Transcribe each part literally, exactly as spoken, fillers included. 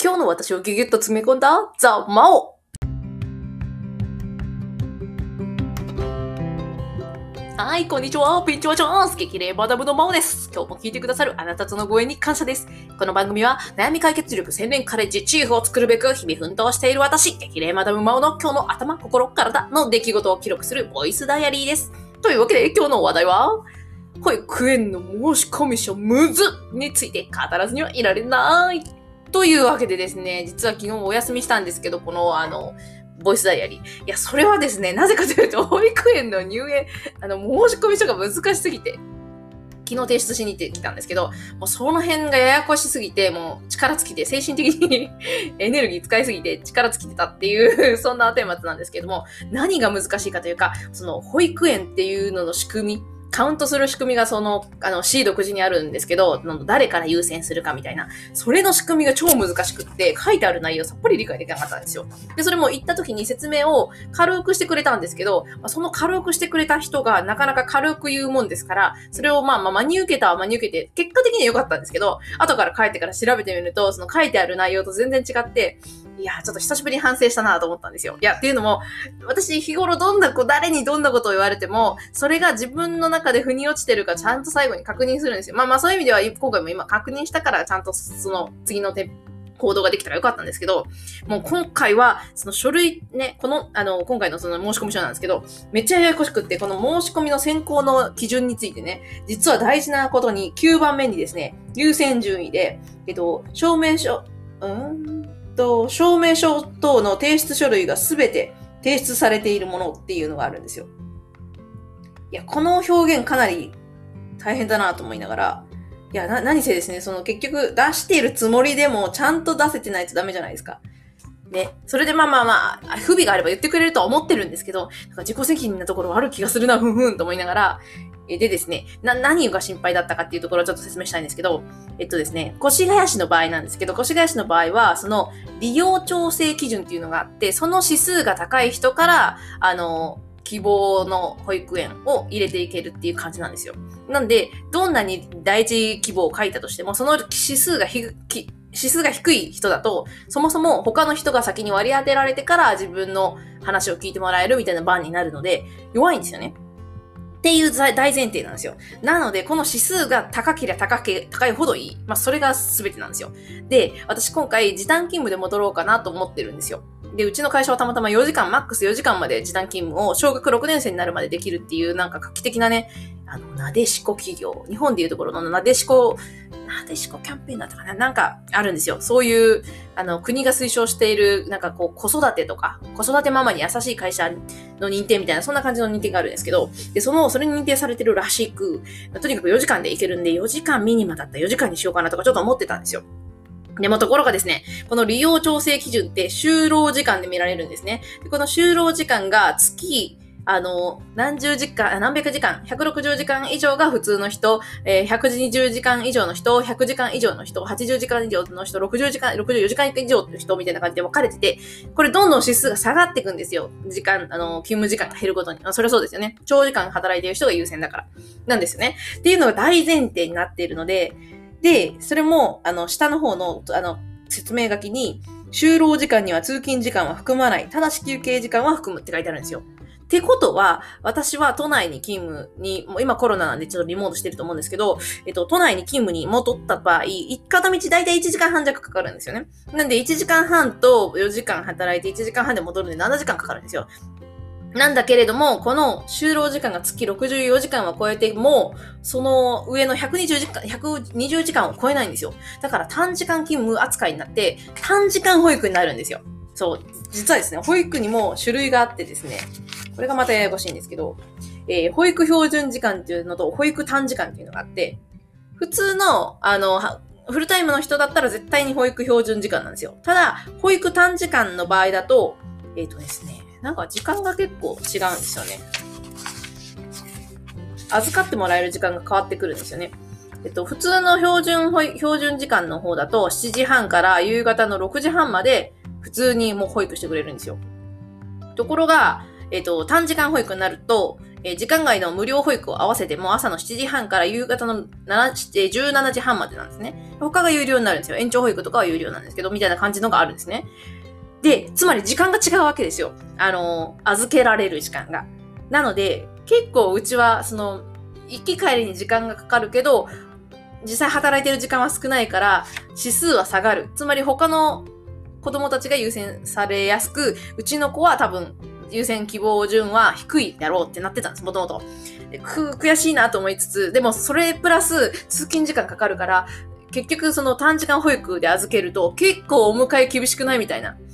今日の私をギュギュッと詰め込んだザ・マオ。はい、こんにちは。ピンチョワチャンス。激励マダムのマオです。今日も聞いてくださるあなたとのご縁に感謝です。この番組は悩み解決力専念カレッジチーフを作るべく日々奮闘している私、激励マダムマオの今日の頭、心、体の出来事を記録するボイスダイアリーです。というわけで今日の話題は、保育園の申し込み書むずについて語らずにはいられない。というわけでですね、実は昨日お休みしたんですけど、このあの、ボイスダイアリー。いや、それはですね、なぜかというと、保育園の入園、あの、申し込み書が難しすぎて、昨日提出しに行ってきたんですけど、もうその辺がややこしすぎて、もう力尽きて、精神的にエネルギー使いすぎて力尽きてたっていう、そんな顛末なんですけども、何が難しいかというか、その保育園っていうのの仕組み、カウントする仕組みがその、あの、C 独自にあるんですけど、誰から優先するかみたいな。それの仕組みが超難しくって、書いてある内容さっぱり理解できなかったんですよ。で、それも行った時に説明を軽くしてくれたんですけど、その軽くしてくれた人がなかなか軽く言うもんですから、それをまあまあ真に受けたは真に受けて、結果的には良かったんですけど、後から帰ってから調べてみると、その書いてある内容と全然違って、いや、ちょっと久しぶりに反省したなと思ったんですよ。いや、っていうのも、私日頃どんな子、誰にどんなことを言われても、それが自分の中で腑に落ちてるかちゃんと最後に確認するんですよ。まあまあそういう意味では、今回も今確認したからちゃんとその次の手、行動ができたらよかったんですけど、もう今回は、その書類ね、この、あの、今回のその申し込み書なんですけど、めっちゃややこしくって、この申し込みの選考の基準についてね、実は大事なことにきゅうばんめにですね、優先順位で、えっと、証明書、うーんと、証明書等の提出書類がすべて提出されているものっていうのがあるんですよ。いや、この表現かなり大変だなと思いながら、いや、な、何せですね、その結局出しているつもりでもちゃんと出せてないとダメじゃないですか。ね。それでまあまあまあ、不備があれば言ってくれるとは思ってるんですけど、なんか自己責任なところある気がするな、ふんふんと思いながら、でですね、な、何が心配だったかっていうところをちょっと説明したいんですけど、えっとですね、越谷市の場合なんですけど、越谷市の場合は、その利用調整基準っていうのがあって、その指数が高い人から、あの、希望の保育園を入れていけるっていう感じなんですよ。なんで、どんなに第一希望を書いたとしても、その指数がひき、指数が低い人だと、そもそも他の人が先に割り当てられてから自分の話を聞いてもらえるみたいな番になるので、弱いんですよね。っていう大前提なんですよ。なので、この指数が高ければ高け、高いほどいい。まあ、それが全てなんですよ。で、私今回時短勤務で戻ろうかなと思ってるんですよ。で、うちの会社はたまたまよじかん、マックスよじかんまで時短勤務を小学ろくねん生になるまでできるっていう、なんか画期的なね、あの、なでしこ企業。日本でいうところのなでしこ、なでしこキャンペーンだったかななんかあるんですよ。そういう、あの、国が推奨している、なんかこう、子育てとか、子育てママに優しい会社の認定みたいな、そんな感じの認定があるんですけど、で、その、それに認定されてるらしく、とにかくよじかんで行けるんで、よじかんミニマだったらよじかんにしようかなとかちょっと思ってたんですよ。でもところがですね、この利用調整基準って就労時間で見られるんですね。でこの就労時間が月、あの、何十時間、何百時間、ひゃくろくじゅうじかん以上が普通の人、えー、ひゃくにじゅうじかん以上の人、ひゃくじかん以上の人、はちじゅうじかん以上の人、ろくじゅうじかん、ろくじゅうよじかん以上の人みたいな感じで分かれてて、これどんどん指数が下がっていくんですよ。時間、あの、勤務時間が減るごとに。それはそうですよね。長時間働いている人が優先だから。なんですよね。っていうのが大前提になっているので、で、それも、あの、下の方の、あの、説明書きに、就労時間には通勤時間は含まない。ただし休憩時間は含むって書いてあるんですよ。ってことは、私は都内に勤務に、もう今コロナなんでちょっとリモートしてると思うんですけど、えっと、都内に勤務に戻った場合、一片道だいたいいちじかんはん弱かかるんですよね。なんでいちじかんはんとよじかん働いていちじかんはんで戻るんでななじかんかかるんですよ。なんだけれども、この就労時間が月ろくじゅうよじかんは超えても、その上のひゃくにじゅうじかん、ひゃくにじゅうじかんを超えないんですよ。だから短時間勤務扱いになって、短時間保育になるんですよ。そう。実はですね、保育にも種類があってですね、これがまたややこしいんですけど、えー、保育標準時間っていうのと、保育短時間っていうのがあって、普通の、あの、フルタイムの人だったら絶対に保育標準時間なんですよ。ただ、保育短時間の場合だと、えっとですね、なんか時間が結構違うんですよね。預かってもらえる時間が変わってくるんですよね。えっと、普通の標準保育、標準時間の方だとしちじはんから夕方のろくじはんまで普通にもう保育してくれるんですよ。ところが、えっと、短時間保育になると、 えー、時間外の無料保育を合わせても朝のしちじはんから夕方のじゅうしちじはんまでなんですね。他が有料になるんですよ。延長保育とかは有料なんですけど、みたいな感じのがあるんですね。で、つまり時間が違うわけですよ。あのー、預けられる時間が。なので、結構うちは、その、行き帰りに時間がかかるけど、実際働いてる時間は少ないから、指数は下がる。つまり他の子供たちが優先されやすく、うちの子は多分、優先希望順は低いだろうってなってたんです、もともと。悔しいなと思いつつ、でもそれプラス通勤時間かかるから、結局その短時間保育で預けると結構お迎え厳しくないみたいな。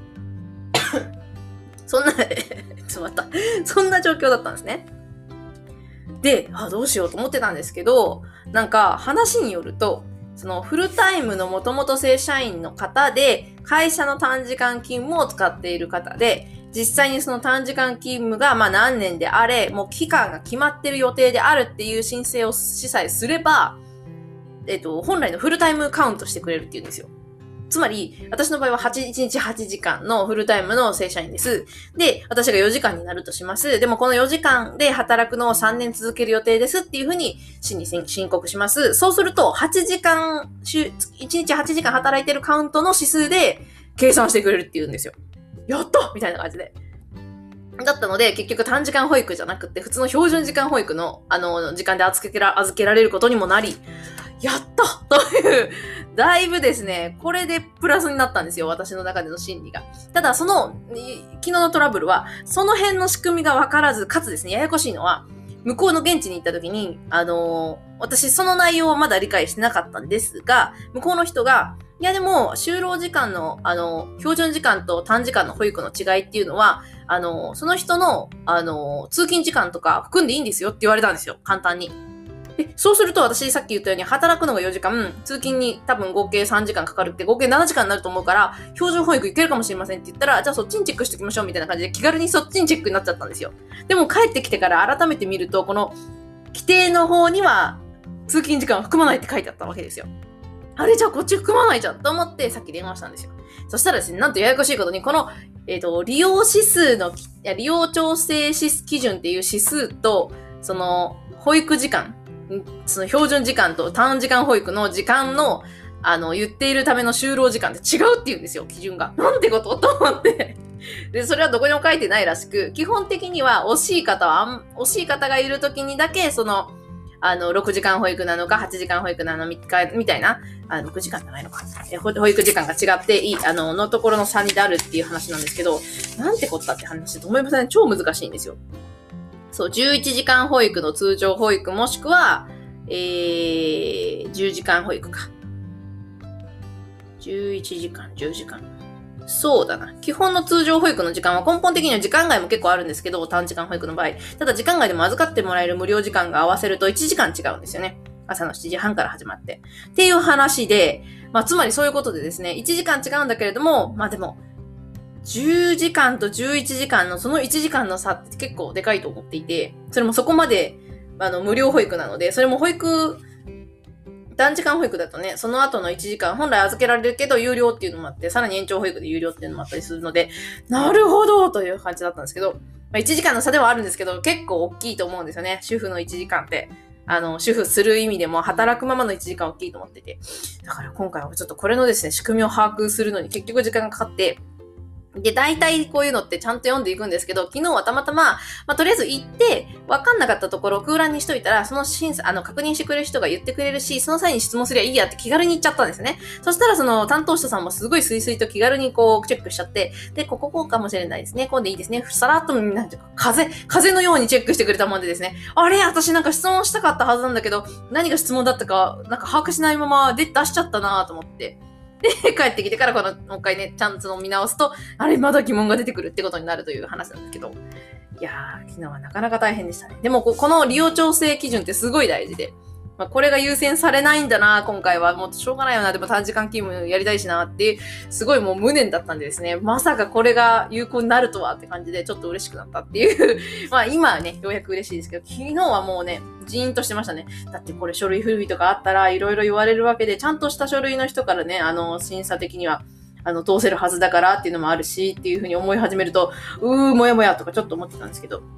そんな、ちょっと待った。そんな状況だったんですね。で、あ、どうしようと思ってたんですけど、なんか話によると、そのフルタイムのもともと正社員の方で、会社の短時間勤務を使っている方で、実際にその短時間勤務がまあ何年であれ、もう期間が決まってる予定であるっていう申請をしさえすれば、えっと、本来のフルタイムカウントしてくれるっていうんですよ。つまり、私の場合ははち、いちにちはちじかんのフルタイムの正社員です。で、私がよじかんになるとします。でもこのよじかんで働くのをさんねん続ける予定ですっていうふうに市に申告します。そうすると、はちじかん、いちにちはちじかん働いてるカウントの指数で計算してくれるっていうんですよ。やったみたいな感じで。だったので、結局短時間保育じゃなくて、普通の標準時間保育の、あの、時間で預けら、預けられることにもなり、やったという、だいぶですね、これでプラスになったんですよ、私の中での心理が。ただ、その、昨日のトラブルは、その辺の仕組みがわからず、かつですね、ややこしいのは、向こうの現地に行った時に、あのー、私その内容はまだ理解してなかったんですが、向こうの人が、いやでも、就労時間の、あの、標準時間と短時間の保育の違いっていうのは、あの、その人の、あの、通勤時間とか含んでいいんですよって言われたんですよ、簡単に。で、そうすると私さっき言ったように働くのがよじかん、通勤に多分合計さんじかんかかるって合計ななじかんになると思うから、標準保育いけるかもしれませんって言ったら、じゃあそっちにチェックしておきましょうみたいな感じで気軽にそっちにチェックになっちゃったんですよ。でも帰ってきてから改めて見ると、この規定の方には通勤時間は含まないって書いてあったわけですよ。あれじゃあこっち含まないじゃんと思ってさっき電話したんですよ。そしたらですね、なんとややこしいことに、この、えっと、利用指数の、いや、利用調整基準っていう指数と、その、保育時間、その標準時間と短時間保育の時間の、あの、言っているための就労時間って違うって言うんですよ、基準が。なんてことと思って。で、それはどこにも書いてないらしく、基本的には惜しい方は、惜しい方がいる時にだけ、その、あの、ろくじかん保育なのか、はちじかん保育なのか、みたいな、あ、ろくじかんじゃないのか。保育時間が違っていい、あの、のところの差になるっていう話なんですけど、なんてこったって話だと思いません？超難しいんですよ。そう、じゅういちじかん保育の通常保育もしくは、えー、じゅうじかん保育か。じゅういちじかん、じゅうじかん。そうだな。基本の通常保育の時間は根本的には時間外も結構あるんですけど、短時間保育の場合。ただ時間外でも預かってもらえる無料時間が合わせるといちじかん違うんですよね。朝のしちじはんから始まって。っていう話で、まあつまりそういうことでですね、いちじかん違うんだけれども、まあでも、じゅうじかんとじゅういちじかんのそのいちじかんの差って結構でかいと思っていて、それもそこまで、あの、無料保育なので、それも保育、短時間保育だとね、その後のいちじかん、本来預けられるけど有料っていうのもあって、さらに延長保育で有料っていうのもあったりするので、なるほどという感じだったんですけど、まあ、いちじかんの差ではあるんですけど、結構大きいと思うんですよね。主婦のいちじかんって。あの、主婦する意味でも働くままのいちじかん大きいと思ってて。だから今回はちょっとこれのですね、仕組みを把握するのに結局時間がかかって、で、大体こういうのってちゃんと読んでいくんですけど、昨日はたまたま、まあ、とりあえず行って、わかんなかったところを空欄にしといたら、その審査、あの、確認してくれる人が言ってくれるし、その際に質問すりゃいいやって気軽に言っちゃったんですね。そしたらその担当者さんもすごいスイスイと気軽にこう、チェックしちゃって、で、こここうかもしれないですね。こうでいいですね。さらっと、なんていうか、風、風のようにチェックしてくれたもんでですね。あれ私なんか質問したかったはずなんだけど、何が質問だったか、なんか把握しないままで出しちゃったなと思って。で、帰ってきてからこの、もう一回ね、ちゃんと見直すと、あれ、まだ疑問が出てくるってことになるという話なんですけど。いやー、昨日はなかなか大変でしたね。でも、この利用調整基準ってすごい大事で、まあ、これが優先されないんだな、今回は。もうしょうがないよな、でも短時間勤務やりたいしなっていう、すごいもう無念だったんでですね、まさかこれが有効になるとはって感じで、ちょっと嬉しくなったっていう。まあ今はね、ようやく嬉しいですけど、昨日はもうね、ジーンとしてましたね。だってこれ書類不備とかあったらいろいろ言われるわけで、ちゃんとした書類の人からね、あの、審査的には、あの、通せるはずだからっていうのもあるし、っていうふうに思い始めると、うー、もやもやとかちょっと思ってたんですけど、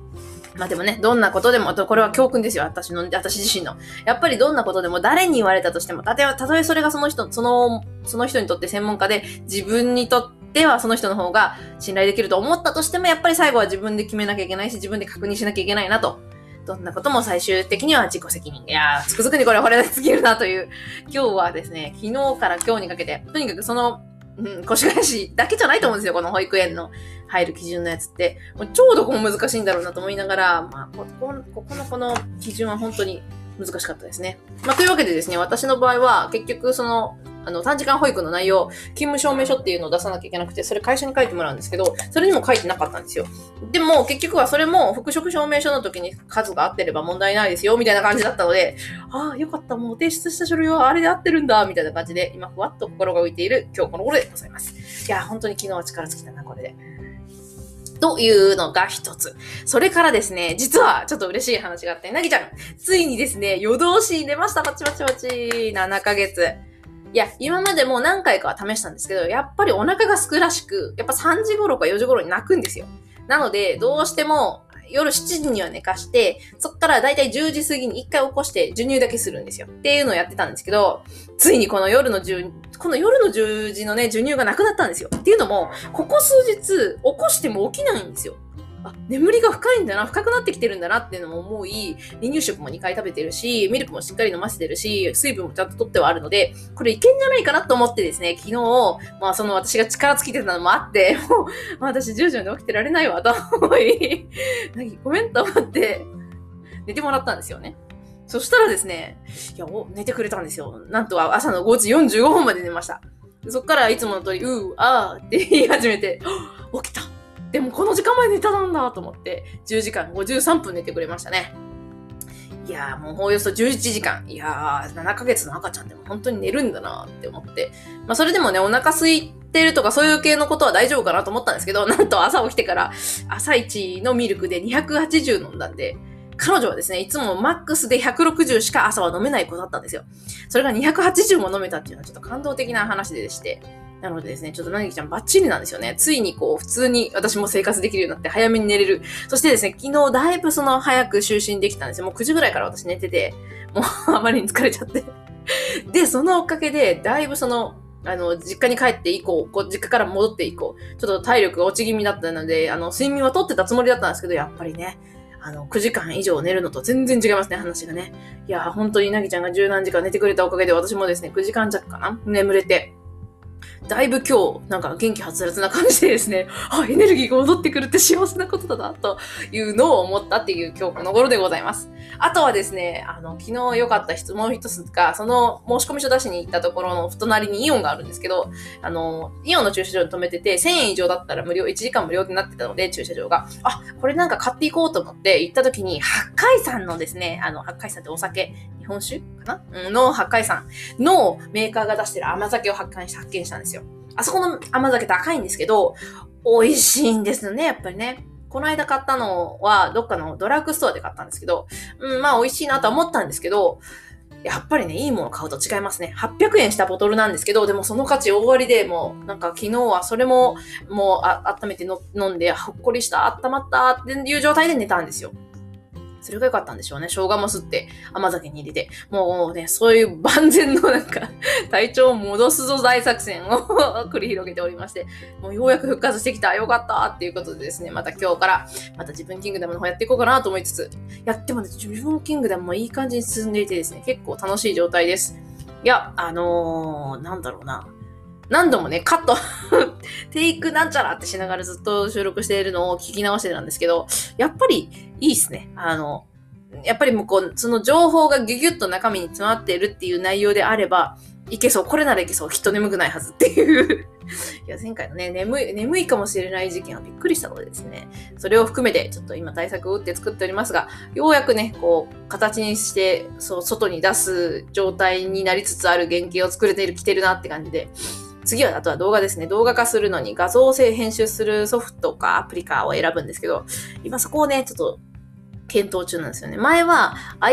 まあでもね、どんなことでも、これは教訓ですよ、私の、私自身の。やっぱりどんなことでも誰に言われたとしても、たとえ、たとえそれがその人、その、その人にとって専門家で、自分にとってはその人の方が信頼できると思ったとしても、やっぱり最後は自分で決めなきゃいけないし、自分で確認しなきゃいけないなと。どんなことも最終的には自己責任。いやー、つくづくにこれは惚れすぎるなという。今日はですね、昨日から今日にかけて、とにかくその、うん、越谷市だけじゃないと思うんですよ、この保育園の入る基準のやつって。もう超どこも難しいんだろうなと思いながら、まあ、ここ、ここのこの基準は本当に難しかったですね。まあ、というわけでですね、私の場合は結局その、あの、短時間保育の内容、勤務証明書っていうのを出さなきゃいけなくて、それ会社に書いてもらうんですけど、それにも書いてなかったんですよ。でも、結局はそれも復職証明書の時に数が合ってれば問題ないですよ、みたいな感じだったので、ああ、よかった、もう提出した書類はあれで合ってるんだ、みたいな感じで、今、ふわっと心が浮いている今日この頃でございます。いや、本当に昨日は力尽きたな、これで。というのが一つ。それからですね、実はちょっと嬉しい話があって、なぎちゃん、ついにですね、夜通しに出ました、パチパチパチ。ななかげつ。いや、今までも何回かは試したんですけど、やっぱりお腹がすくらしく、やっぱさんじ頃かよじ頃に泣くんですよ。なので、どうしても夜しちじには寝かして、そっからだいたいじゅうじ過ぎにいっかい起こして授乳だけするんですよ。っていうのをやってたんですけど、ついにこの夜のじゅう、この夜のじゅうじのね、授乳がなくなったんですよ。っていうのも、ここ数日起こしても起きないんですよ。あ、眠りが深いんだな、深くなってきてるんだなっていうのも思い、離乳食もにかい食べてるし、ミルクもしっかり飲ませてるし、水分もちゃんと取ってはあるので、これいけんじゃないかなと思ってですね、昨日、まあその私が力尽きてたのもあって、もう、まあ、私じゅうじまで起きてられないわと思い、ごめんと思って、寝てもらったんですよね。そしたらですね、いや、寝てくれたんですよ。なんと朝のごじよんじゅうごふんまで寝ました。そっからいつもの通り、うー、あーって言い始めて、起きた。でもこの時間まで寝たなんだと思って、じゅうじかんごじゅうさんぷん寝てくれましたね。いやーもうおよそじゅういちじかん。いやー、ななかげつの赤ちゃんでも本当に寝るんだなって思って。まあそれでもね、お腹空いてるとかそういう系のことは大丈夫かなと思ったんですけど、なんと朝起きてから朝一のミルクでにひゃくはちじゅう飲んだんで、彼女はですね、いつもマックスでひゃくろくじゅうしか朝は飲めない子だったんですよ。それがにひゃくはちじゅうも飲めたっていうのはちょっと感動的な話でして。なのでですね、ちょっとなぎちゃんバッチリなんですよね。ついにこう、普通に私も生活できるようになって早めに寝れる。そしてですね、昨日だいぶその早く就寝できたんですよ。もうくじぐらいから私寝てて、もうあまりに疲れちゃって。で、そのおかげで、だいぶその、あの、実家に帰って以降、こう実家から戻って以降、ちょっと体力が落ち気味だったので、あの、睡眠は取ってたつもりだったんですけど、やっぱりね、あの、くじかん以上寝るのと全然違いますね、話がね。いや、本当になぎちゃんが十何時間寝てくれたおかげで、私もですね、くじかん弱かな眠れて、だいぶ今日、なんか元気はつらつな感じでですね、あ、エネルギーが戻ってくるって幸せなことだな、というのを思ったっていう今日この頃でございます。あとはですね、あの、昨日良かった質問一つが、その申し込み書出しに行ったところの隣にイオンがあるんですけど、あの、イオンの駐車場に止めてて、せんえん以上だったら無料、いちじかん無料ってなってたので、駐車場が。あ、これなんか買っていこうと思って行った時に、八海山のですね、あの、八海山ってお酒、日本酒かな、うん、の八海山のメーカーが出してる甘酒を発見した、発見したんですよ。あそこの甘酒高いんですけど、美味しいんですよね、やっぱりね。この間買ったのは、どっかのドラッグストアで買ったんですけど、うん、まあ美味しいなと思ったんですけど、やっぱりね、いいもの買うと違いますね。はっぴゃくえんしたボトルなんですけど、でもその価値大割りで、もう、なんか昨日はそれも、もうあ、温めての飲んで、ほっこりした、温まったっていう状態で寝たんですよ。それが良かったんでしょうね。生姜もすって甘酒に入れて。もうね、そういう万全のなんか、体調を戻すぞ大作戦を繰り広げておりまして、もうようやく復活してきた。よかったっていうことでですね、また今日から、また自分キングダムの方やっていこうかなと思いつつ、やってもね、自分キングダムもいい感じに進んでいてですね、結構楽しい状態です。いや、あのー、なんだろうな。何度もね、カットテイクなんちゃらってしながらずっと収録しているのを聞き直してたんですけど、やっぱりいいっすね。あの、やっぱりもうこう、その情報がギュギュッと中身に詰まっているっていう内容であれば、いけそう。これならいけそう。きっと眠くないはずっていういや、前回のね、眠い、眠いかもしれない事件はびっくりしたのでですね、それを含めてちょっと今対策を打って作っておりますが、ようやくね、こう、形にして、そう、外に出す状態になりつつある原型を作れている、来てるなって感じで、次は、あとは動画ですね。動画化するのに画像性編集するソフトかアプリかを選ぶんですけど、今そこをね、ちょっと検討中なんですよね。前は i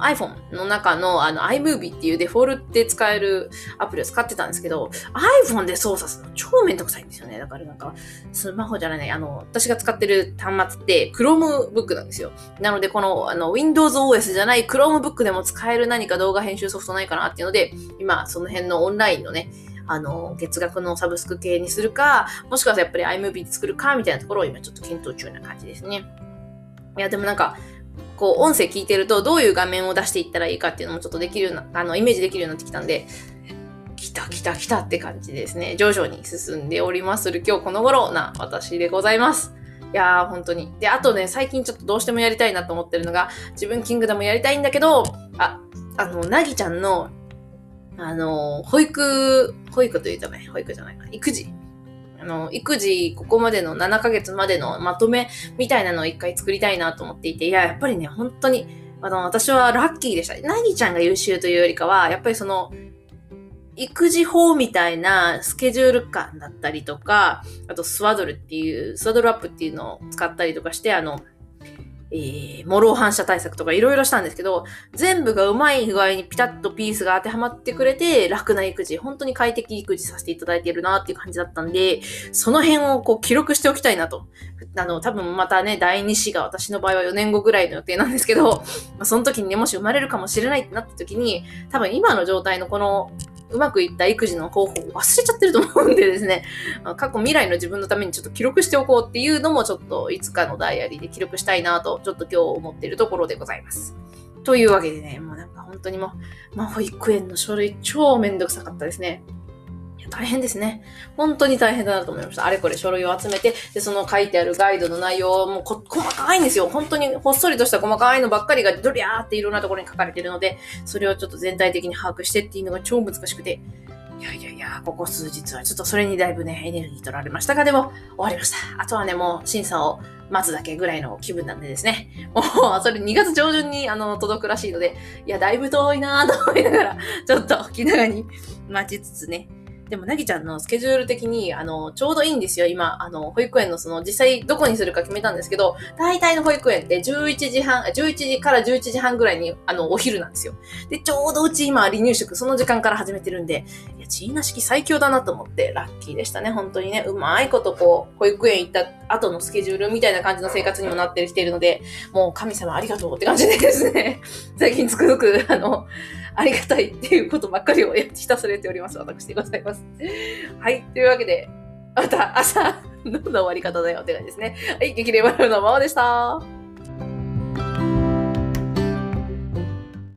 iPhone の中のあの iMovie っていうデフォルトで使えるアプリを使ってたんですけど、iPhone で操作するの超めんどくさいんですよね。だからなんか、スマホじゃない、あの、私が使ってる端末って Chromebook なんですよ。なので、この、あの、Windows オーエス じゃない Chromebook でも使える何か動画編集ソフトないかなっていうので、今、その辺のオンラインのね、あの、月額のサブスク系にするか、もしくはやっぱり iMovie で作るか、みたいなところを今ちょっと検討中な感じですね。いや、でもなんか、こう、音声聞いてると、どういう画面を出していったらいいかっていうのもちょっとできるような、あの、イメージできるようになってきたんで、来た来た来たって感じですね。徐々に進んでおりまする今日この頃な私でございます。いやー、本当に。で、あとね、最近ちょっとどうしてもやりたいなと思ってるのが、自分キングダムやりたいんだけど、あ、あの、なぎちゃんの、あの、保育、保育というとね、保育じゃないか、育児。あの、育児、ここまでのななかげつまでのまとめみたいなのを一回作りたいなと思っていて、いや、やっぱりね、本当に、あの、私はラッキーでした。なぎちゃんが優秀というよりかは、やっぱりその、育児法みたいなスケジュール感だったりとか、あとスワドルっていう、スワドルアップっていうのを使ったりとかして、あの、えー、模倣反射対策とかいろいろしたんですけど、全部がうまい具合にピタッとピースが当てはまってくれて、楽な育児、本当に快適育児させていただいているなっていう感じだったんで、その辺をこう記録しておきたいなと。あの、多分またね、だいに子が私の場合はよねんごぐらいの予定なんですけど、まあ、その時にね、もし生まれるかもしれないってなった時に、多分今の状態のこの、うまくいった育児の方法を忘れちゃってると思うんでですね、過去未来の自分のためにちょっと記録しておこうっていうのもちょっといつかのダイアリーで記録したいなと、ちょっと今日思っているところでございます。というわけでね、もうなんか本当にもう、まあ保育園の書類超めんどくさかったですね。大変ですね。本当に大変だなと思いました。あれこれ書類を集めて、で、その書いてあるガイドの内容もこ細かいんですよ。本当にほっそりとした細かいのばっかりがドリャーっていろんなところに書かれているので、それをちょっと全体的に把握してっていうのが超難しくて、いやいやいや、ここ数日はちょっとそれにだいぶね、エネルギー取られましたが、でも終わりました。あとはね、もう審査を待つだけぐらいの気分なんでですね。もう、それにがつ上旬にあの届くらしいので、いや、だいぶ遠いなぁと思いながら、ちょっと気長に待ちつつね、でも、なぎちゃんのスケジュール的に、あの、ちょうどいいんですよ。今、あの、保育園のその、実際どこにするか決めたんですけど、大体の保育園ってじゅういちじはん、じゅういちじからじゅういちじはんぐらいに、あの、お昼なんですよ。で、ちょうどうち今、離乳食、その時間から始めてるんで、いや、チーナ式最強だなと思って、ラッキーでしたね。本当にね、うまいことこう、保育園行った後のスケジュールみたいな感じの生活にもなってきているので、もう神様ありがとうって感じでですね、最近つくづく、あの、ありがたいっていうことばっかりをひたすらやっております。私でございます。はい。というわけで、また朝、どんな終わり方だよって感じですね。はい。激励バルのままでした。